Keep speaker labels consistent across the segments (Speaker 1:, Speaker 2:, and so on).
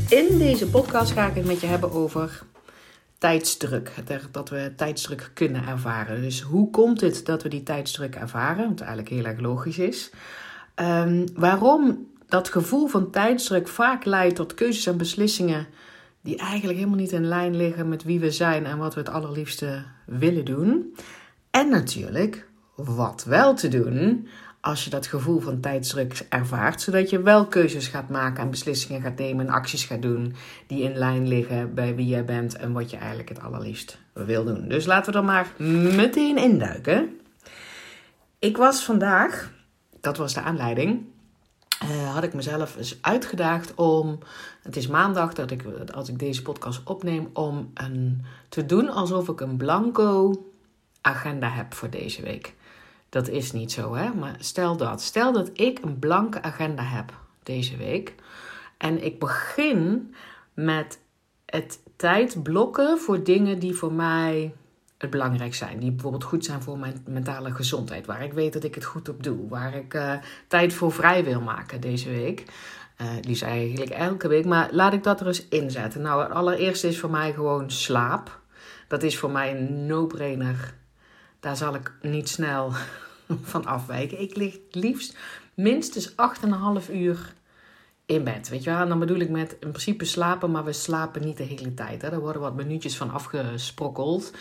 Speaker 1: In deze podcast ga ik het met je hebben over tijdsdruk. Dat we tijdsdruk kunnen ervaren. Dus hoe komt het dat we die tijdsdruk ervaren? Wat eigenlijk heel erg logisch is. Waarom dat gevoel van tijdsdruk vaak leidt tot keuzes en beslissingen die eigenlijk helemaal niet in lijn liggen met wie we zijn en wat we het allerliefste willen doen. En natuurlijk wat wel te doen als je dat gevoel van tijdsdruk ervaart, zodat je wel keuzes gaat maken en beslissingen gaat nemen en acties gaat doen die in lijn liggen bij wie jij bent en wat je eigenlijk het allerliefst wil doen. Dus laten we er maar meteen induiken. Ik was vandaag, dat was de aanleiding, had ik mezelf eens uitgedaagd om, het is maandag als ik deze podcast opneem, om te doen alsof ik een blanco agenda heb voor deze week. Dat is niet zo, hè? Maar stel dat ik een blanke agenda heb deze week. En ik begin met het tijd blokken voor dingen die voor mij het belangrijk zijn. Die bijvoorbeeld goed zijn voor mijn mentale gezondheid. Waar ik weet dat ik het goed op doe. Waar ik tijd voor vrij wil maken deze week. Die is eigenlijk elke week. Maar laat ik dat er eens inzetten. Nou, het allereerste is voor mij gewoon slaap. Dat is voor mij een no-brainer. Daar zal ik niet snel van afwijken. Ik lig liefst minstens 8,5 uur in bed. Weet je wel? En dan bedoel ik met in principe slapen, maar we slapen niet de hele tijd. Hè? Er worden wat minuutjes van afgesprokkeld.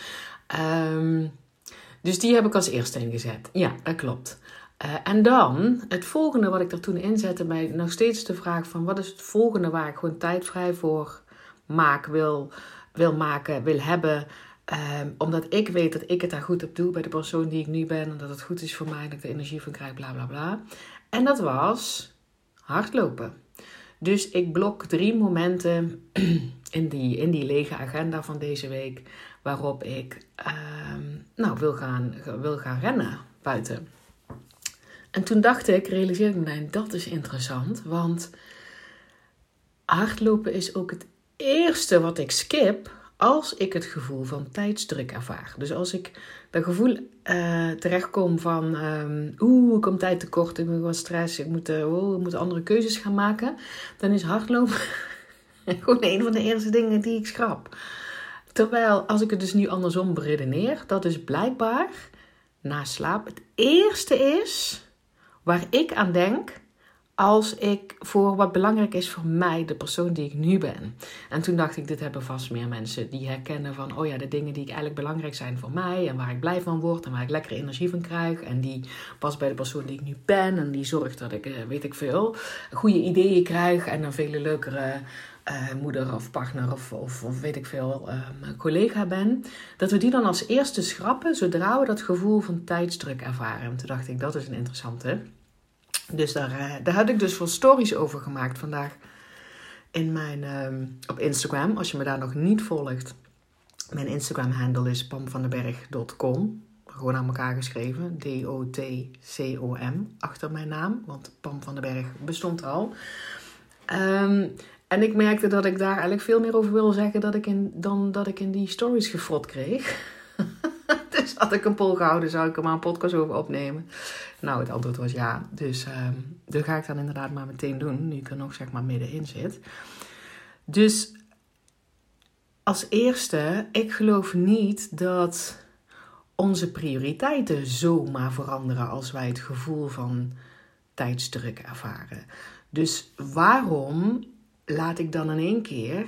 Speaker 1: Dus die heb ik als eerste ingezet. Ja, dat klopt. En dan, het volgende wat ik er toen inzette, mij nog steeds de vraag van wat is het volgende waar ik gewoon tijd vrij voor wil maken, wil hebben. Omdat ik weet dat ik het daar goed op doe bij de persoon die ik nu ben. En dat het goed is voor mij, dat ik er energie van krijg, bla bla bla. En dat was hardlopen. Dus ik blok 3 momenten in die lege agenda van deze week. Waarop ik wil gaan rennen buiten. En toen realiseerde ik me, dat is interessant. Want hardlopen is ook het eerste wat ik skip als ik het gevoel van tijdsdruk ervaar. Dus als ik dat gevoel terechtkom van ik kom tijd tekort, ik heb wat stress, ik moet andere keuzes gaan maken, dan is hardlopen gewoon een van de eerste dingen die ik schrap. Terwijl als ik het dus nu andersom beredeneer, dat is blijkbaar na slaap het eerste is waar ik aan denk als ik voor wat belangrijk is voor mij, de persoon die ik nu ben. En toen dacht ik, dit hebben vast meer mensen die herkennen van, de dingen die eigenlijk belangrijk zijn voor mij en waar ik blij van word en waar ik lekkere energie van krijg. En die past bij de persoon die ik nu ben en die zorgt dat ik, goede ideeën krijg en een veel leukere moeder of partner of collega ben. Dat we die dan als eerste schrappen zodra we dat gevoel van tijdsdruk ervaren. En toen dacht ik, dat is een interessante. Dus daar had ik dus voor stories over gemaakt vandaag in op Instagram. Als je me daar nog niet volgt. Mijn Instagram handle is pamvandenberg.com. Gewoon aan elkaar geschreven. DOTCOM achter mijn naam. Want Pam van den Berg bestond al. En ik merkte dat ik daar eigenlijk veel meer over wil zeggen dan dat ik in die stories gefrot kreeg. Dus had ik een poll gehouden, zou ik er maar een podcast over opnemen? Nou, het antwoord was ja. Dus dat ga ik dan inderdaad maar meteen doen, nu ik er nog middenin zit. Dus als eerste, ik geloof niet dat onze prioriteiten zomaar veranderen als wij het gevoel van tijdsdruk ervaren. Dus waarom laat ik dan in één keer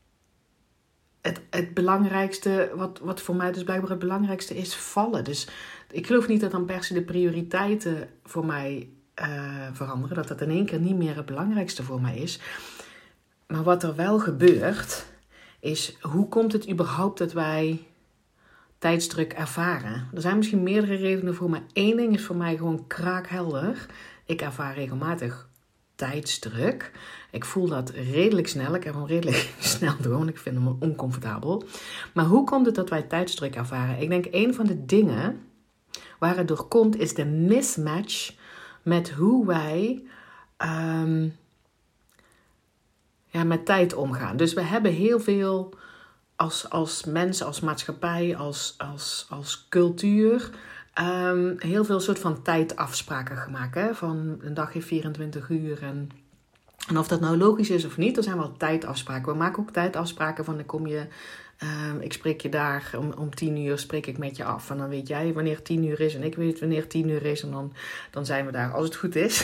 Speaker 1: het belangrijkste, wat voor mij dus blijkbaar het belangrijkste is, vallen. Dus ik geloof niet dat dan per se de prioriteiten voor mij veranderen. Dat dat in één keer niet meer het belangrijkste voor mij is. Maar wat er wel gebeurt, is hoe komt het überhaupt dat wij tijdsdruk ervaren? Er zijn misschien meerdere redenen voor, maar 1 ding is voor mij gewoon kraakhelder. Ik ervaar regelmatig tijdsdruk. Ik voel dat redelijk snel. Ik heb hem redelijk snel door, want ik vind hem oncomfortabel. Maar hoe komt het dat wij tijdsdruk ervaren? Ik denk een van de dingen waar het door komt is de mismatch met hoe wij met tijd omgaan. Dus we hebben heel veel als mensen, als maatschappij, als cultuur heel veel soort van tijdafspraken gemaakt. Hè? Van een dag heeft 24 uur en En of dat nou logisch is of niet, er zijn wel tijdafspraken. We maken ook tijdafspraken van, ik spreek je daar om 10:00 spreek ik met je af. En dan weet jij wanneer 10:00 is en ik weet wanneer 10:00 is. En dan zijn we daar als het goed is.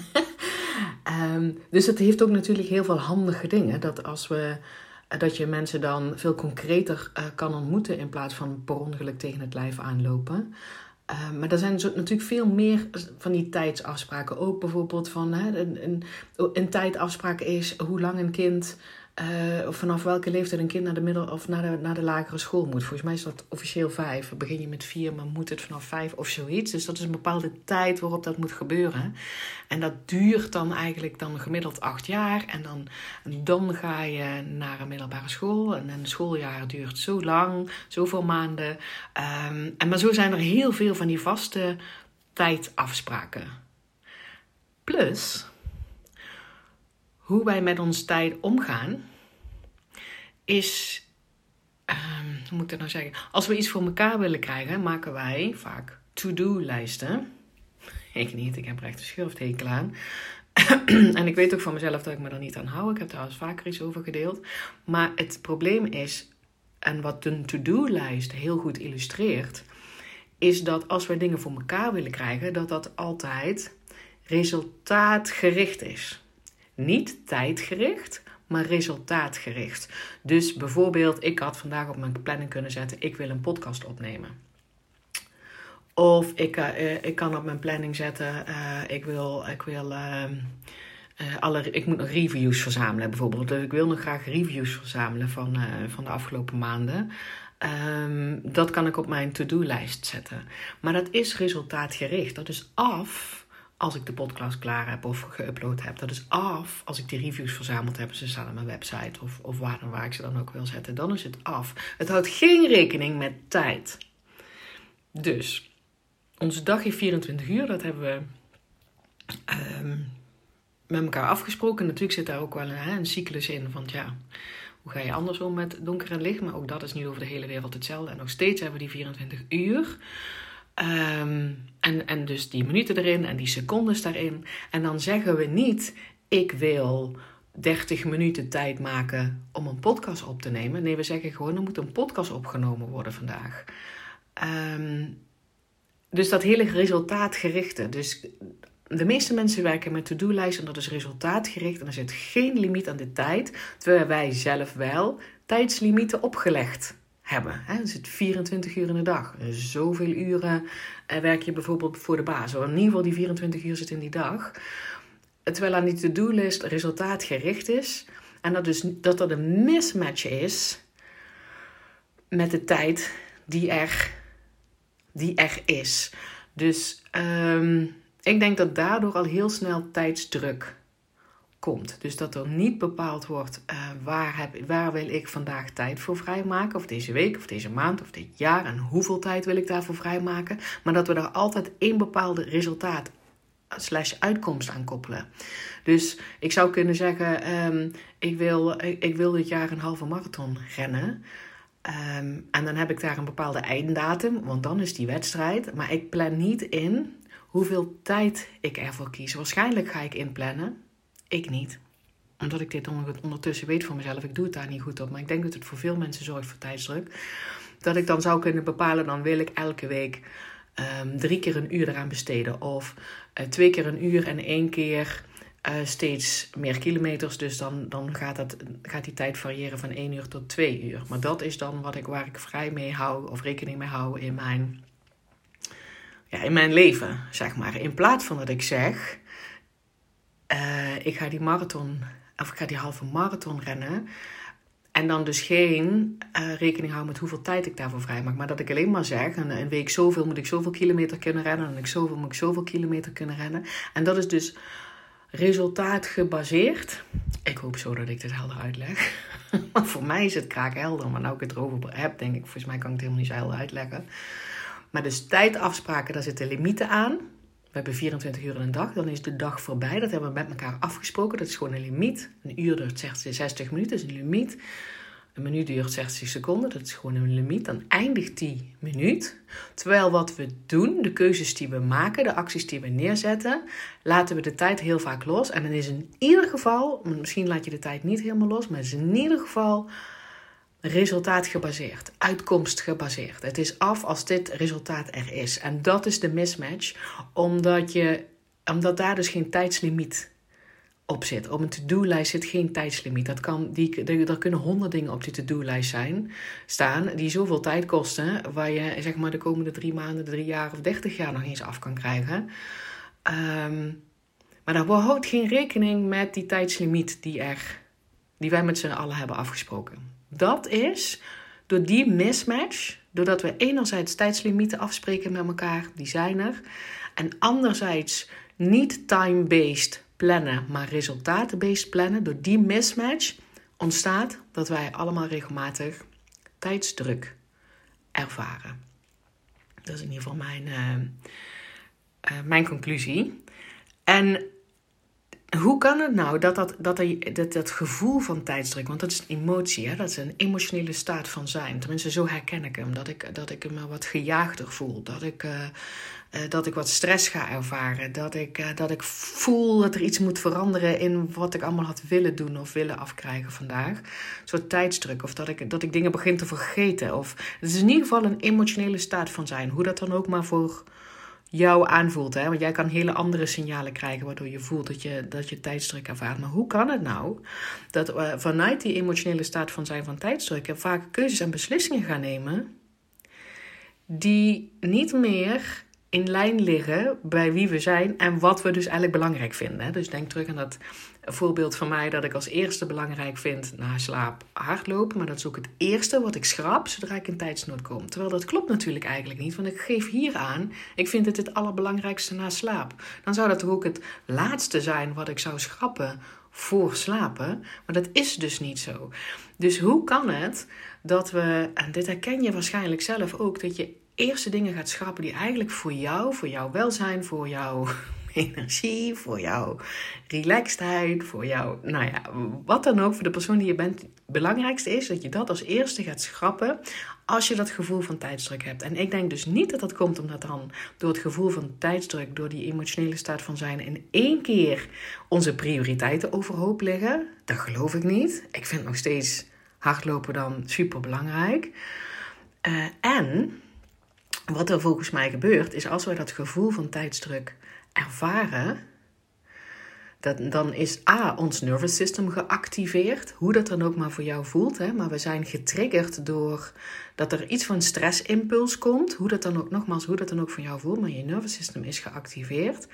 Speaker 1: Dus het heeft ook natuurlijk heel veel handige dingen. Dat je mensen dan veel concreter kan ontmoeten in plaats van per ongeluk tegen het lijf aanlopen. Maar er zijn natuurlijk veel meer van die tijdsafspraken. Ook bijvoorbeeld van een tijdafspraak is hoe lang een kind, of vanaf welke leeftijd een kind naar de lagere school moet. Volgens mij is dat officieel 5. Dan begin je met 4, maar moet het vanaf 5 of zoiets. Dus dat is een bepaalde tijd waarop dat moet gebeuren. En dat duurt dan eigenlijk gemiddeld 8 jaar. En dan ga je naar een middelbare school. En een schooljaar duurt zo lang, zoveel maanden. Maar zo zijn er heel veel van die vaste tijdafspraken. Plus, hoe wij met onze tijd omgaan, is, hoe moet ik dat nou zeggen? Als we iets voor elkaar willen krijgen, maken wij vaak to-do-lijsten. Ik niet, ik heb er echt een schurfthekel aan. En ik weet ook van mezelf dat ik me er niet aan hou. Ik heb trouwens vaker iets over gedeeld. Maar het probleem is, en wat een to-do-lijst heel goed illustreert, is dat als we dingen voor elkaar willen krijgen, dat altijd resultaatgericht is. Niet tijdgericht, maar resultaatgericht. Dus bijvoorbeeld, ik had vandaag op mijn planning kunnen zetten, ik wil een podcast opnemen. Of ik kan op mijn planning zetten, ik moet nog reviews verzamelen bijvoorbeeld. Dus ik wil nog graag reviews verzamelen van de afgelopen maanden. Dat kan ik op mijn to-do-lijst zetten. Maar dat is resultaatgericht. Dat is af als ik de podcast klaar heb of geüpload heb. Dat is af als ik die reviews verzameld heb. Ze staan op mijn website of waar ik ze dan ook wil zetten. Dan is het af. Het houdt geen rekening met tijd. Dus, onze dag heeft 24 uur. Dat hebben we met elkaar afgesproken. Natuurlijk zit daar ook wel een cyclus in. Want ja, hoe ga je anders om met donker en licht? Maar ook dat is niet over de hele wereld hetzelfde. En nog steeds hebben we die 24 uur. En dus die minuten erin en die secondes daarin. En dan zeggen we niet, ik wil 30 minuten tijd maken om een podcast op te nemen. Nee, we zeggen gewoon, er moet een podcast opgenomen worden vandaag. Dus dat hele resultaatgerichte. Dus de meeste mensen werken met to-do-lijsten en dat is resultaatgericht. En er zit geen limiet aan de tijd. Terwijl wij zelf wel tijdslimieten opgelegd hebben. Er zit 24 uur in de dag. Zoveel uren werk je bijvoorbeeld voor de baas. In ieder geval die 24 uur zit in die dag. Terwijl aan die to-do-list resultaatgericht is. En dat er een mismatch is met de tijd die er is. Dus ik denk dat daardoor al heel snel tijdsdruk komt. Dus dat er niet bepaald wordt waar wil ik vandaag tijd voor vrijmaken. Of deze week, of deze maand, of dit jaar. En hoeveel tijd wil ik daarvoor vrijmaken. Maar dat we daar altijd één bepaalde resultaat / uitkomst aan koppelen. Dus ik zou kunnen zeggen, ik wil dit jaar een halve marathon rennen. En dan heb ik daar een bepaalde einddatum, want dan is die wedstrijd. Maar ik plan niet in hoeveel tijd ik ervoor kies. Waarschijnlijk ga ik inplannen. Ik niet. Omdat ik dit ondertussen weet van mezelf. Ik doe het daar niet goed op. Maar ik denk dat het voor veel mensen zorgt voor tijdsdruk. Dat ik dan zou kunnen bepalen, dan wil ik elke week 3 keer een uur eraan besteden. Of 2 keer een uur en 1 keer steeds meer kilometers. Dus dan gaat die tijd variëren van 1 uur tot 2 uur. Maar dat is dan waar ik vrij mee hou of rekening mee hou in mijn leven, zeg maar. In plaats van dat ik zeg, ik ga die halve marathon rennen. En dan dus geen rekening houden met hoeveel tijd ik daarvoor vrijmaak. Maar dat ik alleen maar zeg, een week zoveel moet ik zoveel kilometer kunnen rennen. En zoveel moet ik zoveel kilometer kunnen rennen. En dat is dus resultaatgebaseerd. Ik hoop zo dat ik dit helder uitleg. Maar voor mij is het kraakhelder. Maar nou ik het erover heb, denk ik, volgens mij kan ik het helemaal niet zo helder uitleggen. Maar dus tijdafspraken, daar zitten limieten aan. We hebben 24 uur in een dag, dan is de dag voorbij. Dat hebben we met elkaar afgesproken. Dat is gewoon een limiet. Een uur, dat zegt 60 minuten, is een limiet. Een minuut duurt 60 seconden, dat is gewoon een limiet. Dan eindigt die minuut. Terwijl wat we doen, de keuzes die we maken, de acties die we neerzetten, laten we de tijd heel vaak los. En dan is in ieder geval, misschien laat je de tijd niet helemaal los, maar het is in ieder geval resultaatgebaseerd, uitkomstgebaseerd. Het is af als dit resultaat er is. En dat is de mismatch, omdat daar dus geen tijdslimiet op zit. Op een to-do-lijst zit geen tijdslimiet. Er kunnen 100 dingen op die to-do-lijst staan die zoveel tijd kosten, waar je zeg maar de komende 3 maanden, 3 jaar of 30 jaar nog eens af kan krijgen. Maar daar houdt geen rekening met die tijdslimiet die wij met z'n allen hebben afgesproken. Dat is door die mismatch, doordat we enerzijds tijdslimieten afspreken met elkaar, die zijn er, en anderzijds niet time-based plannen, maar resultaten-based plannen. Door die mismatch ontstaat dat wij allemaal regelmatig tijdsdruk ervaren. Dat is in ieder geval mijn conclusie. En hoe kan het nou dat gevoel van tijdsdruk, want dat is een emotie, hè? Dat is een emotionele staat van zijn. Tenminste, zo herken ik hem. Dat ik me wat gejaagder voel. Dat ik wat stress ga ervaren. Dat ik voel dat er iets moet veranderen in wat ik allemaal had willen doen of willen afkrijgen vandaag. Een soort tijdsdruk. Of dat ik dingen begin te vergeten. Of, het is in ieder geval een emotionele staat van zijn. Hoe dat dan ook maar voor jou aanvoelt. Hè? Want jij kan hele andere signalen krijgen waardoor je voelt dat je tijdsdruk ervaart. Maar hoe kan het nou dat we vanuit die emotionele staat van zijn van tijdsdruk vaak keuzes en beslissingen gaan nemen die niet meer in lijn liggen bij wie we zijn en wat we dus eigenlijk belangrijk vinden. Dus denk terug aan dat voorbeeld van mij dat ik als eerste belangrijk vind na slaap hardlopen. Maar dat is ook het eerste wat ik schrap zodra ik in tijdsnood kom. Terwijl dat klopt natuurlijk eigenlijk niet, want ik geef hier aan, ik vind het allerbelangrijkste na slaap. Dan zou dat toch ook het laatste zijn wat ik zou schrappen voor slapen. Maar dat is dus niet zo. Dus hoe kan het dat we, en dit herken je waarschijnlijk zelf ook, dat je eerste dingen gaat schrappen die eigenlijk voor jouw welzijn, voor jouw energie, voor jouw relaxedheid, voor jouw, wat dan ook, voor de persoon die je bent. Het belangrijkste is dat je dat als eerste gaat schrappen als je dat gevoel van tijdsdruk hebt. En ik denk dus niet dat dat komt omdat dan door het gevoel van tijdsdruk, door die emotionele staat van zijn, in één keer onze prioriteiten overhoop liggen. Dat geloof ik niet. Ik vind nog steeds hardlopen dan super belangrijk. En wat er volgens mij gebeurt, is als wij dat gevoel van tijdsdruk ervaren, dan is ons nervous system geactiveerd. Hoe dat dan ook maar voor jou voelt. Hè? Maar we zijn getriggerd door dat er iets van stressimpuls komt. Hoe dat dan ook voor jou voelt. Maar je nervous system is geactiveerd.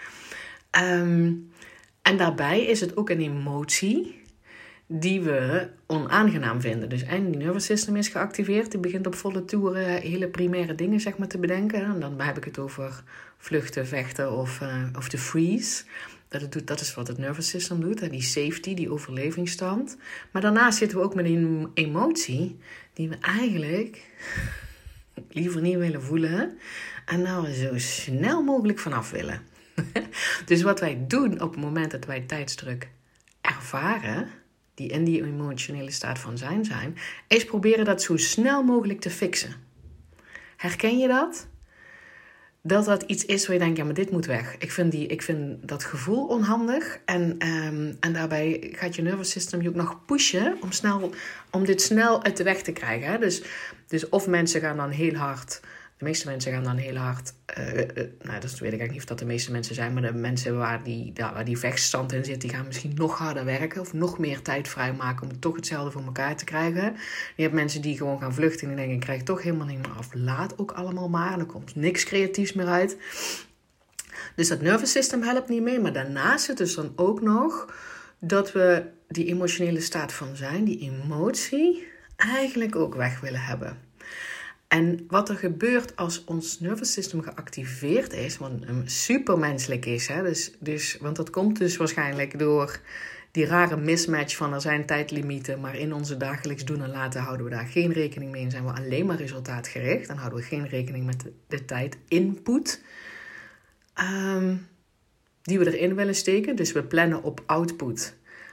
Speaker 1: En daarbij is het ook een emotie die we onaangenaam vinden. Dus en die nervous system is geactiveerd. Die begint op volle toeren hele primaire dingen zeg maar, te bedenken. En dan heb ik het over vluchten, vechten of de freeze. Dat is wat het nervous system doet. Hè? Die safety, die overlevingsstand. Maar daarnaast zitten we ook met een emotie die we eigenlijk liever niet willen voelen. En nou we zo snel mogelijk vanaf willen. Dus wat wij doen op het moment dat wij tijdsdruk ervaren, die in die emotionele staat van zijn, is proberen dat zo snel mogelijk te fixen. Herken je dat? Dat iets is waar je denkt, ja, maar dit moet weg. Ik vind dat gevoel onhandig. En daarbij gaat je nervous system je ook nog pushen om dit snel uit de weg te krijgen. Hè? Dus of mensen gaan dan heel hard. De meeste mensen gaan dan heel hard. Dat weet ik eigenlijk niet of dat de meeste mensen zijn. Maar de mensen waar die vechtstand in zit, die gaan misschien nog harder werken. Of nog meer tijd vrijmaken om toch hetzelfde voor elkaar te krijgen. Je hebt mensen die gewoon gaan vluchten en die denken, ik krijg toch helemaal niet meer af. Laat ook allemaal maar. Er komt niks creatiefs meer uit. Dus dat nervous system helpt niet mee. Maar daarnaast zit dus dan ook nog dat we die emotionele staat van zijn, die emotie, eigenlijk ook weg willen hebben. En wat er gebeurt als ons nervous system geactiveerd is, wat supermenselijk is, hè? Want dat komt dus waarschijnlijk door die rare mismatch van er zijn tijdlimieten, maar in onze dagelijks doen en laten houden we daar geen rekening mee en zijn we alleen maar resultaatgericht. Dan houden we geen rekening met de tijd input die we erin willen steken. Dus we plannen op output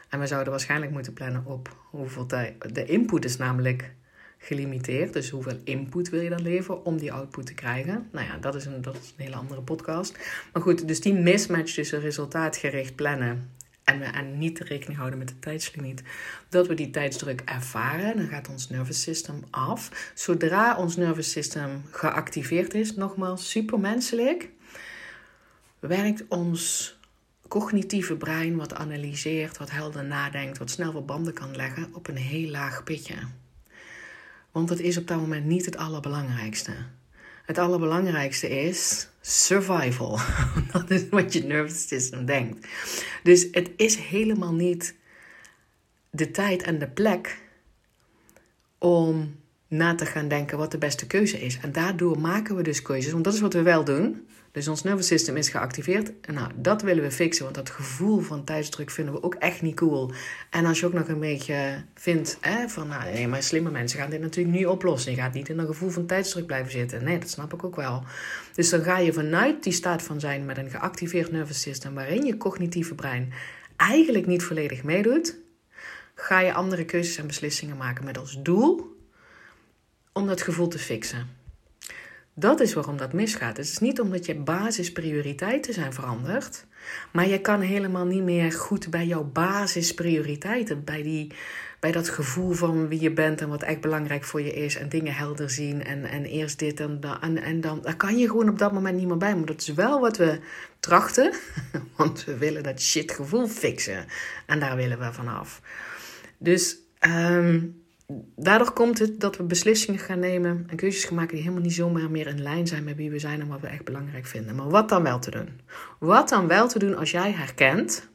Speaker 1: En we zouden waarschijnlijk moeten plannen op hoeveel tijd. De input is namelijk gelimiteerd. Dus hoeveel input wil je dan leveren om die output te krijgen? Nou ja, dat is een hele andere podcast. Maar goed, dus die mismatch tussen resultaatgericht plannen en niet rekening houden met de tijdslimiet. Dat we die tijdsdruk ervaren, dan gaat ons nervous system af. Zodra ons nervous system geactiveerd is, nogmaals supermenselijk, werkt ons cognitieve brein wat analyseert, wat helder nadenkt, wat snel verbanden kan leggen op een heel laag pitje. Want het is op dat moment niet het allerbelangrijkste. Het allerbelangrijkste is survival. Dat is wat je nervous system denkt. Dus het is helemaal niet de tijd en de plek om na te gaan denken wat de beste keuze is. En daardoor maken we dus keuzes, want dat is wat we wel doen. Dus ons nervous system is geactiveerd. En nou, dat willen we fixen, want dat gevoel van tijdsdruk vinden we ook echt niet cool. En als je ook nog een beetje vindt, van nou, nee, maar slimme mensen gaan dit natuurlijk niet oplossen. Je gaat niet in een gevoel van tijdsdruk blijven zitten. Nee, dat snap ik ook wel. Dus dan ga je vanuit die staat van zijn met een geactiveerd nervous system, waarin je cognitieve brein eigenlijk niet volledig meedoet, ga je andere keuzes en beslissingen maken met als doel om dat gevoel te fixen. Dat is waarom dat misgaat. Het is niet omdat je basisprioriteiten zijn veranderd, maar je kan helemaal niet meer goed bij jouw basisprioriteiten, bij dat gevoel van wie je bent en wat echt belangrijk voor je is en dingen helder zien en eerst dit en dat en dan. Daar kan je gewoon op dat moment niet meer bij. Maar dat is wel wat we trachten, want we willen dat shit gevoel fixen en daar willen we vanaf. Dus daardoor komt het dat we beslissingen gaan nemen en keuzes gaan maken die helemaal niet zomaar meer in lijn zijn met wie we zijn en wat we echt belangrijk vinden. Maar wat dan wel te doen? Wat dan wel te doen als jij herkent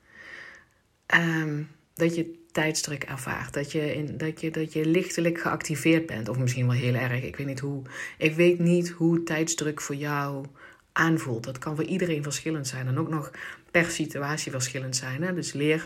Speaker 1: dat je tijdsdruk ervaart, dat je lichtelijk geactiveerd bent, of misschien wel heel erg. Ik weet niet hoe tijdsdruk voor jou aanvoelt. Dat kan voor iedereen verschillend zijn en ook nog per situatie verschillend zijn. Hè? Dus leer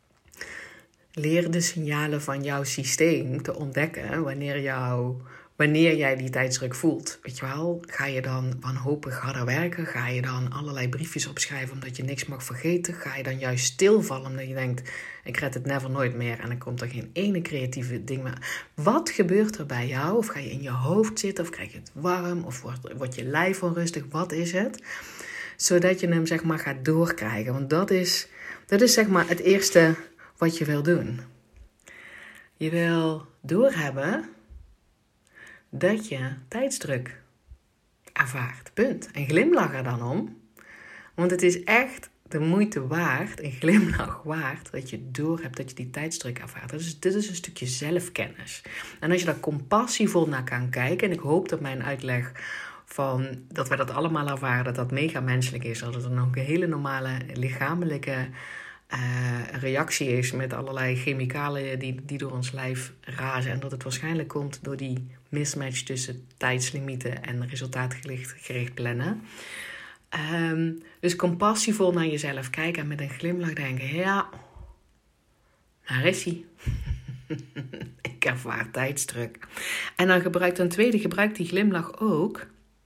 Speaker 1: de signalen van jouw systeem te ontdekken wanneer jij die tijdsdruk voelt. Weet je wel, ga je dan wanhopig harder werken? Ga je dan allerlei briefjes opschrijven omdat je niks mag vergeten? Ga je dan juist stilvallen omdat je denkt, ik red het never nooit meer en dan komt er geen ene creatieve ding meer. Wat gebeurt er bij jou? Of ga je in je hoofd zitten of krijg je het warm? Of wordt je lijf onrustig? Wat is het? Zodat je hem zeg maar gaat doorkrijgen. Want dat is zeg maar het eerste wat je wil doen. Je wil doorhebben dat je tijdsdruk ervaart. Punt. En glimlach er dan om. Want het is echt de moeite waard, een glimlach waard, dat je doorhebt dat je die tijdsdruk ervaart. Dus dit is een stukje zelfkennis. En als je daar compassievol naar kan kijken, en ik hoop dat mijn uitleg van dat we dat allemaal ervaren, dat mega menselijk is, dat het dan ook een hele normale lichamelijke reactie is met allerlei chemicaliën die door ons lijf razen. En dat het waarschijnlijk komt door die mismatch tussen tijdslimieten en resultaatgericht plannen. Dus compassievol naar jezelf kijken en met een glimlach denken, ja, daar is hij. Ik ervaar tijdsdruk. En dan gebruik die glimlach ook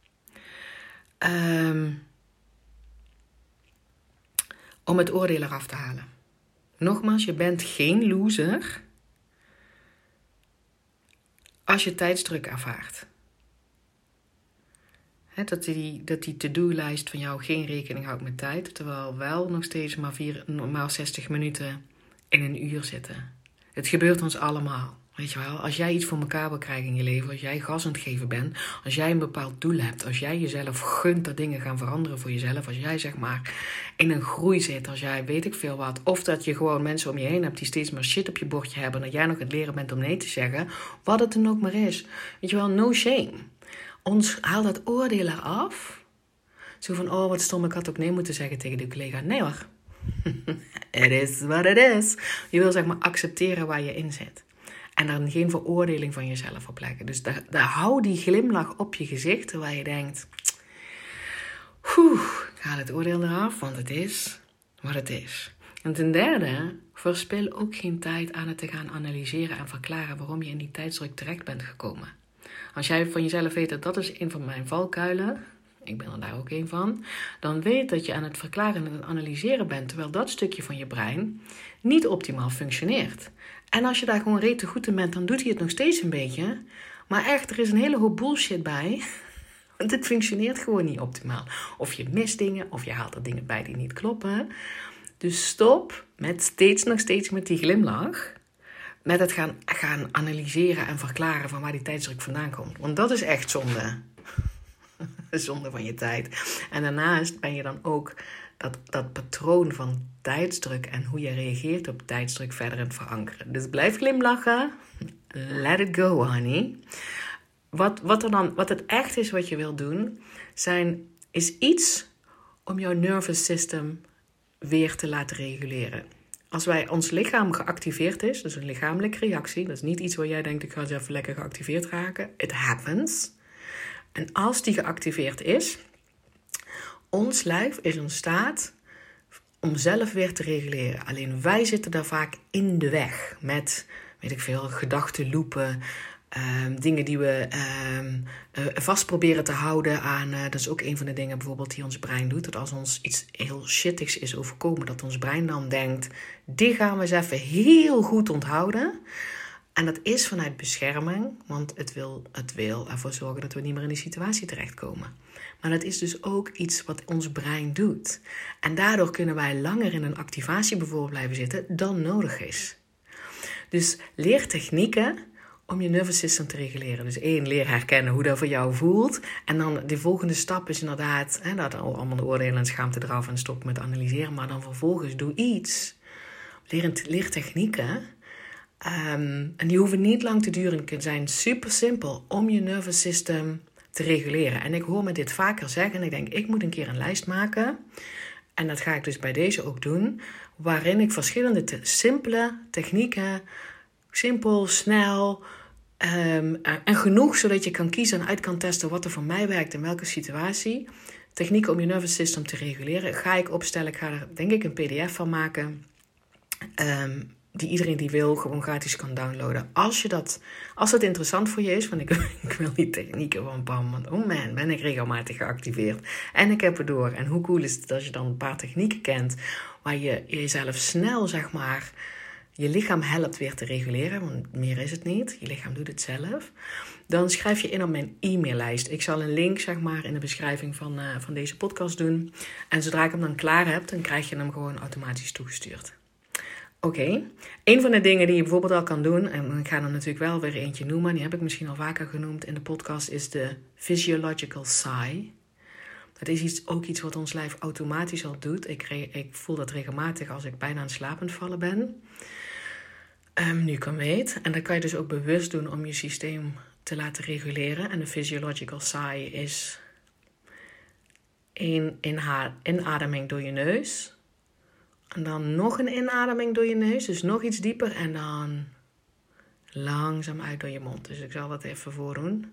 Speaker 1: om het oordeel eraf te halen. Nogmaals, je bent geen loser als je tijdsdruk ervaart. Dat die to-do-lijst van jou geen rekening houdt met tijd, terwijl wel nog steeds maar 60 minuten in een uur zitten. Het gebeurt ons allemaal. Weet je wel, als jij iets voor elkaar wil krijgen in je leven, als jij gas aan het geven bent, als jij een bepaald doel hebt, als jij jezelf gunt dat dingen gaan veranderen voor jezelf, als jij zeg maar in een groei zit, als jij weet ik veel wat, of dat je gewoon mensen om je heen hebt die steeds maar shit op je bordje hebben en dat jij nog het leren bent om nee te zeggen, wat het dan ook maar is. Weet je wel, no shame. Ons haalt dat oordeel eraf. Zo van, oh wat stom, ik had ook nee moeten zeggen tegen de collega. Nee hoor, it is what it is. Je wil zeg maar accepteren waar je in zit. En dan geen veroordeling van jezelf op leggen. Dus daar hou die glimlach op je gezicht. Terwijl je denkt, ik haal het oordeel eraf. Want het is wat het is. En ten derde, verspil ook geen tijd aan het te gaan analyseren en verklaren waarom je in die tijdsdruk terecht bent gekomen. Als jij van jezelf weet dat is een van mijn valkuilen. ik ben er daar ook een van, dan weet dat je aan het verklaren en het analyseren bent, terwijl dat stukje van je brein niet optimaal functioneert. En als je daar gewoon rete goed in bent, dan doet hij het nog steeds een beetje. Maar echt, er is een hele hoop bullshit bij. Want het functioneert gewoon niet optimaal. Of je mist dingen, of je haalt er dingen bij die niet kloppen. Dus stop met nog steeds met die glimlach. Met het gaan analyseren en verklaren van waar die tijdsdruk vandaan komt. Want dat is echt zonde. Zonde van je tijd. En daarnaast ben je dan ook dat patroon van tijdsdruk en hoe je reageert op tijdsdruk verder in het verankeren. Dus blijf glimlachen. Let it go, honey. Wat het echt is wat je wil doen, is iets om jouw nervous system weer te laten reguleren. Als ons lichaam geactiveerd is, dus een lichamelijke reactie, dat is niet iets waar jij denkt, ik ga eens even lekker geactiveerd raken. It happens. En als die geactiveerd is, ons lijf is in staat om zelf weer te reguleren. Alleen wij zitten daar vaak in de weg met, weet ik veel, gedachtenloepen, dingen die we vast proberen te houden aan. Dat is ook een van de dingen bijvoorbeeld die ons brein doet. Dat als ons iets heel shittigs is overkomen, dat ons brein dan denkt, die gaan we eens even heel goed onthouden. En dat is vanuit bescherming, want het wil ervoor zorgen dat we niet meer in die situatie terechtkomen. Maar dat is dus ook iets wat ons brein doet. En daardoor kunnen wij langer in een activatie bijvoorbeeld blijven zitten dan nodig is. Dus leer technieken om je nervous system te reguleren. Dus 1, leer herkennen hoe dat voor jou voelt. En dan de volgende stap is inderdaad, dat allemaal de oordelen en schaamte eraf en stop met analyseren. Maar dan vervolgens doe iets. Leer technieken. En die hoeven niet lang te duren. Het zijn super simpel om je nervous system te reguleren. En ik hoor me dit vaker zeggen. En ik denk, ik moet een keer een lijst maken. En dat ga ik dus bij deze ook doen. Waarin ik verschillende simpele technieken, simpel, snel en genoeg, zodat je kan kiezen en uit kan testen wat er voor mij werkt in welke situatie. Technieken om je nervous system te reguleren ga ik opstellen. Ik ga er denk ik een pdf van maken. Die iedereen die wil gewoon gratis kan downloaden. Als dat interessant voor je is, want ik wil die technieken van bam, want oh man, ben ik regelmatig geactiveerd. En ik heb het door. En hoe cool is het als je dan een paar technieken kent, waar je jezelf snel, zeg maar, je lichaam helpt weer te reguleren, want meer is het niet. Je lichaam doet het zelf. Dan schrijf je in op mijn e-maillijst. Ik zal een link, zeg maar, in de beschrijving van deze podcast doen. En zodra ik hem dan klaar heb, dan krijg je hem gewoon automatisch toegestuurd. Oké. Een van de dingen die je bijvoorbeeld al kan doen, en ik ga er natuurlijk wel weer eentje noemen, die heb ik misschien al vaker genoemd in de podcast, is de physiological sigh. Dat is ook iets wat ons lijf automatisch al doet. Ik voel dat regelmatig als ik bijna aan het slapend vallen ben. Nu ik hem weet. En dat kan je dus ook bewust doen om je systeem te laten reguleren. En de physiological sigh is 1 inademing door je neus. En dan nog een inademing door je neus. Dus nog iets dieper. En dan langzaam uit door je mond. Dus ik zal dat even voordoen.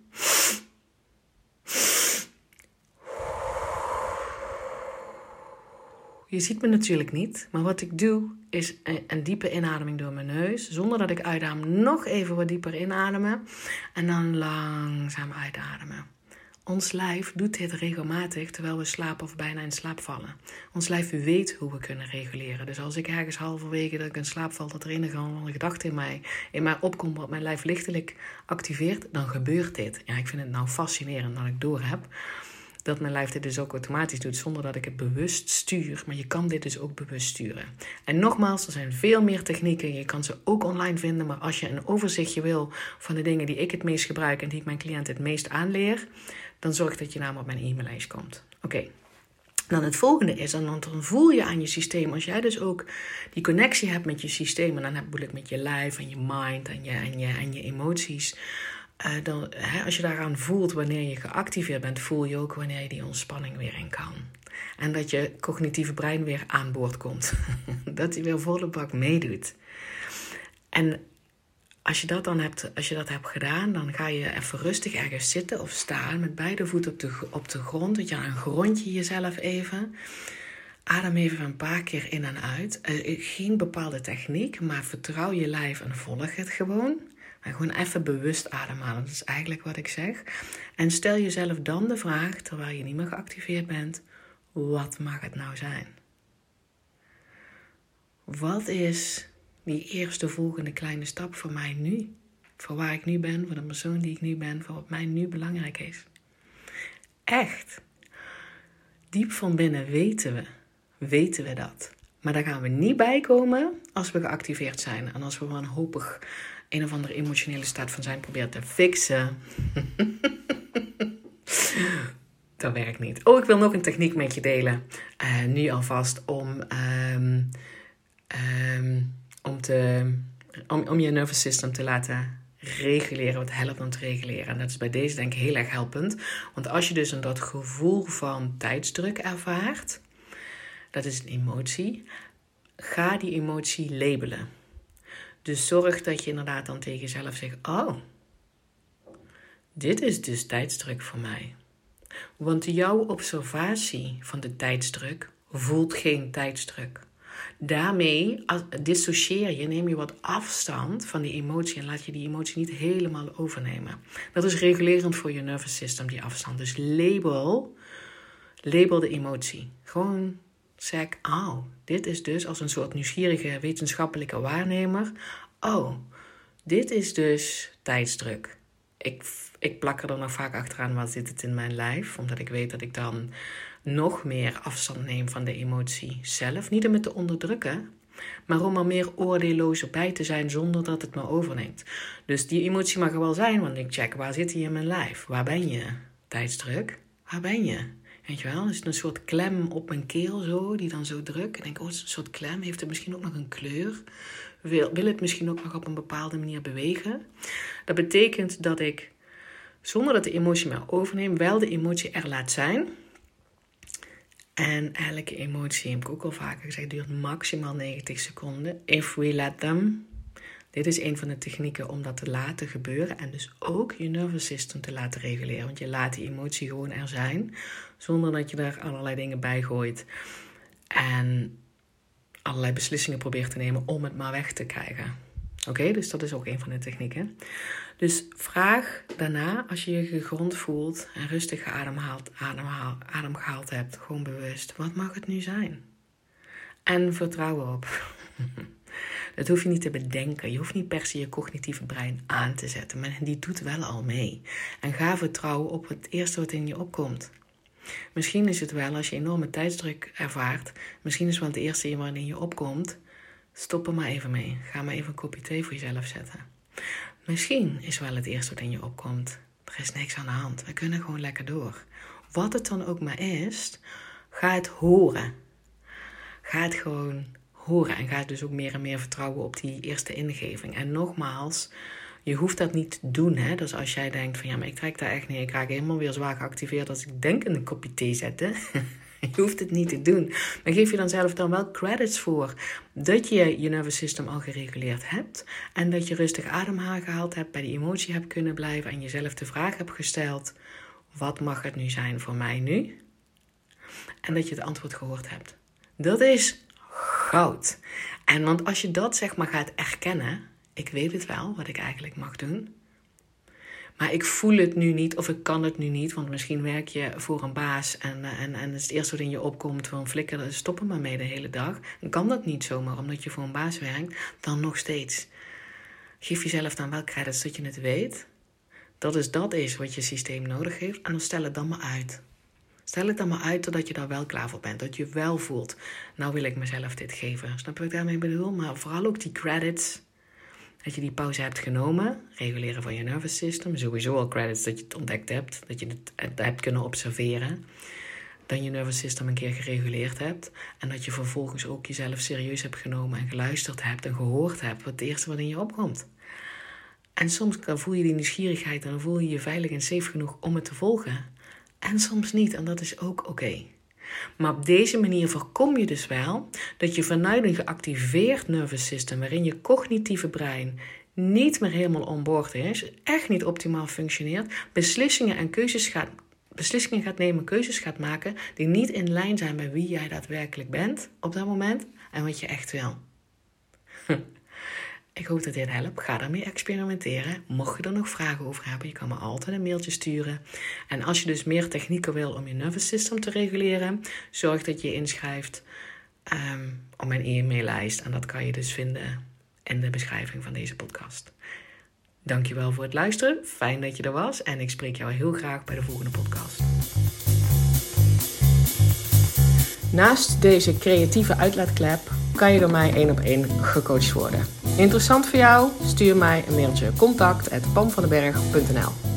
Speaker 1: Je ziet me natuurlijk niet. Maar wat ik doe is een diepe inademing door mijn neus. Zonder dat ik uitadem. Nog even wat dieper inademen. En dan langzaam uitademen. Ons lijf doet dit regelmatig terwijl we slapen of bijna in slaap vallen. Ons lijf weet hoe we kunnen reguleren. Dus als ik ergens halverwege dat ik in slaap val, dat er een gedachte in mij opkomt wat mijn lijf lichtelijk activeert, dan gebeurt dit. Ja, ik vind het nou fascinerend dat ik doorheb dat mijn lijf dit dus ook automatisch doet zonder dat ik het bewust stuur. Maar je kan dit dus ook bewust sturen. En nogmaals, er zijn veel meer technieken. Je kan ze ook online vinden. Maar als je een overzichtje wil van de dingen die ik het meest gebruik en die ik mijn cliënten het meest aanleer, dan zorg dat je naam op mijn e-maillijst komt. Oké. Dan het volgende is, dan voel je aan je systeem, als jij dus ook die connectie hebt met je systeem, en dan bedoel ik met je lijf en je mind en je emoties, als je daaraan voelt wanneer je geactiveerd bent, voel je ook wanneer je die ontspanning weer in kan. En dat je cognitieve brein weer aan boord komt. Dat hij weer volle bak meedoet. En als je dat hebt gedaan, dan ga je even rustig ergens zitten of staan met beide voeten op de grond. Dat je dan grond je jezelf even. Adem even een paar keer in en uit. Geen bepaalde techniek, maar vertrouw je lijf en volg het gewoon. En gewoon even bewust ademhalen. Dat is eigenlijk wat ik zeg. En stel jezelf dan de vraag, terwijl je niet meer geactiveerd bent, wat mag het nou zijn? Wat is die eerste volgende kleine stap voor mij nu? Voor waar ik nu ben, voor de persoon die ik nu ben, voor wat mij nu belangrijk is. Echt. Diep van binnen weten we dat. Maar daar gaan we niet bij komen als we geactiveerd zijn. En als we wanhopig een of andere emotionele staat van zijn proberen te fixen. Dat werkt niet. Oh, ik wil nog een techniek met je delen. Nu alvast om je nervous system te laten reguleren. Wat helpt om te reguleren. En dat is bij deze denk ik heel erg helpend. Want als je dus dat gevoel van tijdsdruk ervaart. Dat is een emotie. Ga die emotie labelen. Dus zorg dat je inderdaad dan tegen jezelf zegt. Oh, dit is dus tijdsdruk voor mij. Want jouw observatie van de tijdsdruk voelt geen tijdsdruk. Daarmee dissocieer je, neem je wat afstand van die emotie en laat je die emotie niet helemaal overnemen. Dat is regulerend voor je nervous system, die afstand. Dus label de emotie. Gewoon zeg, dit is dus als een soort nieuwsgierige wetenschappelijke waarnemer. Oh, dit is dus tijdsdruk. Ik plak er dan nog vaak achteraan, wat zit het in mijn lijf? Omdat ik weet dat ik dan nog meer afstand neem van de emotie zelf. Niet om het te onderdrukken, maar om er meer oordeelloos bij te zijn zonder dat het me overneemt. Dus die emotie mag er wel zijn, want ik check, waar zit die in mijn lijf? Waar ben je? Tijdsdruk? Waar ben je? Weet je wel, is het een soort klem op mijn keel zo, die dan zo drukt. Ik denk, het is een soort klem, heeft het misschien ook nog een kleur? Wil het misschien ook nog op een bepaalde manier bewegen? Dat betekent dat ik, zonder dat de emotie me overneemt, wel de emotie er laat zijn. En elke emotie, heb ik ook al vaker gezegd, duurt maximaal 90 seconden. If we let them. Dit is een van de technieken om dat te laten gebeuren. En dus ook je nervous system te laten reguleren. Want je laat die emotie gewoon er zijn. Zonder dat je daar allerlei dingen bij gooit. En allerlei beslissingen probeert te nemen om het maar weg te krijgen. Oké, dus dat is ook een van de technieken. Dus vraag daarna, als je je gegrond voelt en rustig adem gehaald hebt, gewoon bewust, wat mag het nu zijn? En vertrouw erop. Dat hoef je niet te bedenken. Je hoeft niet per se je cognitieve brein aan te zetten. Maar die doet wel al mee. En ga vertrouwen op het eerste wat in je opkomt. Misschien is het wel, als je enorme tijdsdruk ervaart, misschien is wel het eerste wat in je opkomt, stop er maar even mee. Ga maar even een kopje thee voor jezelf zetten. Misschien is wel het eerste wat in je opkomt. Er is niks aan de hand. We kunnen gewoon lekker door. Wat het dan ook maar is, ga het horen. Ga het gewoon horen. En ga het dus ook meer en meer vertrouwen op die eerste ingeving. En nogmaals, je hoeft dat niet te doen. Hè? Dus als jij denkt van ja, maar ik trek daar echt niet. Ik raak helemaal weer zwaar geactiveerd als ik denk in een kopje thee zetten. Je hoeft het niet te doen. Maar geef je dan zelf dan wel credits voor dat je je nervous system al gereguleerd hebt. En dat je rustig adem aangehaald hebt, bij die emotie hebt kunnen blijven. En jezelf de vraag hebt gesteld, wat mag het nu zijn voor mij nu? En dat je het antwoord gehoord hebt. Dat is goud. En want als je dat zeg maar gaat erkennen, ik weet het wel wat ik eigenlijk mag doen. Maar ik voel het nu niet of ik kan het nu niet. Want misschien werk je voor een baas en het is het eerste wat in je opkomt van flikker, stoppen maar mee de hele dag. Dan kan dat niet zomaar omdat je voor een baas werkt. Dan nog steeds. Geef jezelf dan wel credits dat je het weet. Dat is wat je systeem nodig heeft. En dan stel het dan maar uit. Stel het dan maar uit totdat je daar wel klaar voor bent. Dat je wel voelt, nou wil ik mezelf dit geven. Snap je wat ik daarmee bedoel? Maar vooral ook die credits. Dat je die pauze hebt genomen. Reguleren van je nervous system. Sowieso al credits dat je het ontdekt hebt. Dat je het hebt kunnen observeren. Dat je nervous system een keer gereguleerd hebt. En dat je vervolgens ook jezelf serieus hebt genomen. En geluisterd hebt en gehoord hebt. Wat het eerste wat in je opkomt. En soms voel je die nieuwsgierigheid. En dan voel je je veilig en safe genoeg om het te volgen. En soms niet. En dat is ook oké. Maar op deze manier voorkom je dus wel dat je vanuit een geactiveerd nervous system, waarin je cognitieve brein niet meer helemaal on board is, echt niet optimaal functioneert, beslissingen gaat nemen, keuzes gaat maken die niet in lijn zijn met wie jij daadwerkelijk bent op dat moment en wat je echt wil. Ik hoop dat dit helpt. Ga daarmee experimenteren. Mocht je er nog vragen over hebben, je kan me altijd een mailtje sturen. En als je dus meer technieken wil om je nervous system te reguleren, zorg dat je je inschrijft op mijn e-maillijst. En dat kan je dus vinden in de beschrijving van deze podcast. Dankjewel voor het luisteren. Fijn dat je er was. En ik spreek jou heel graag bij de volgende podcast. Naast deze creatieve uitlaatklep kan je door mij 1-op-1 gecoacht worden. Interessant voor jou? Stuur mij een mailtje contact@pamvandenberg.nl